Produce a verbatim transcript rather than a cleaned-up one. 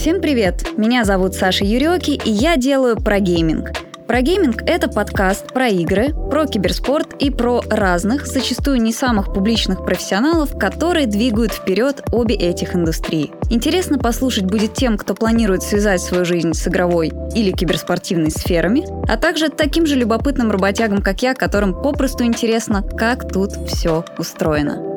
Всем привет! Меня зовут Саша Юрёки, и я делаю про гейминг. Про гейминг — это подкаст про игры, про киберспорт и про разных, зачастую не самых публичных профессионалов, которые двигают вперед обе этих индустрии. Интересно послушать будет тем, кто планирует связать свою жизнь с игровой или киберспортивной сферами, а также таким же любопытным работягам, как я, которым попросту интересно, как тут все устроено.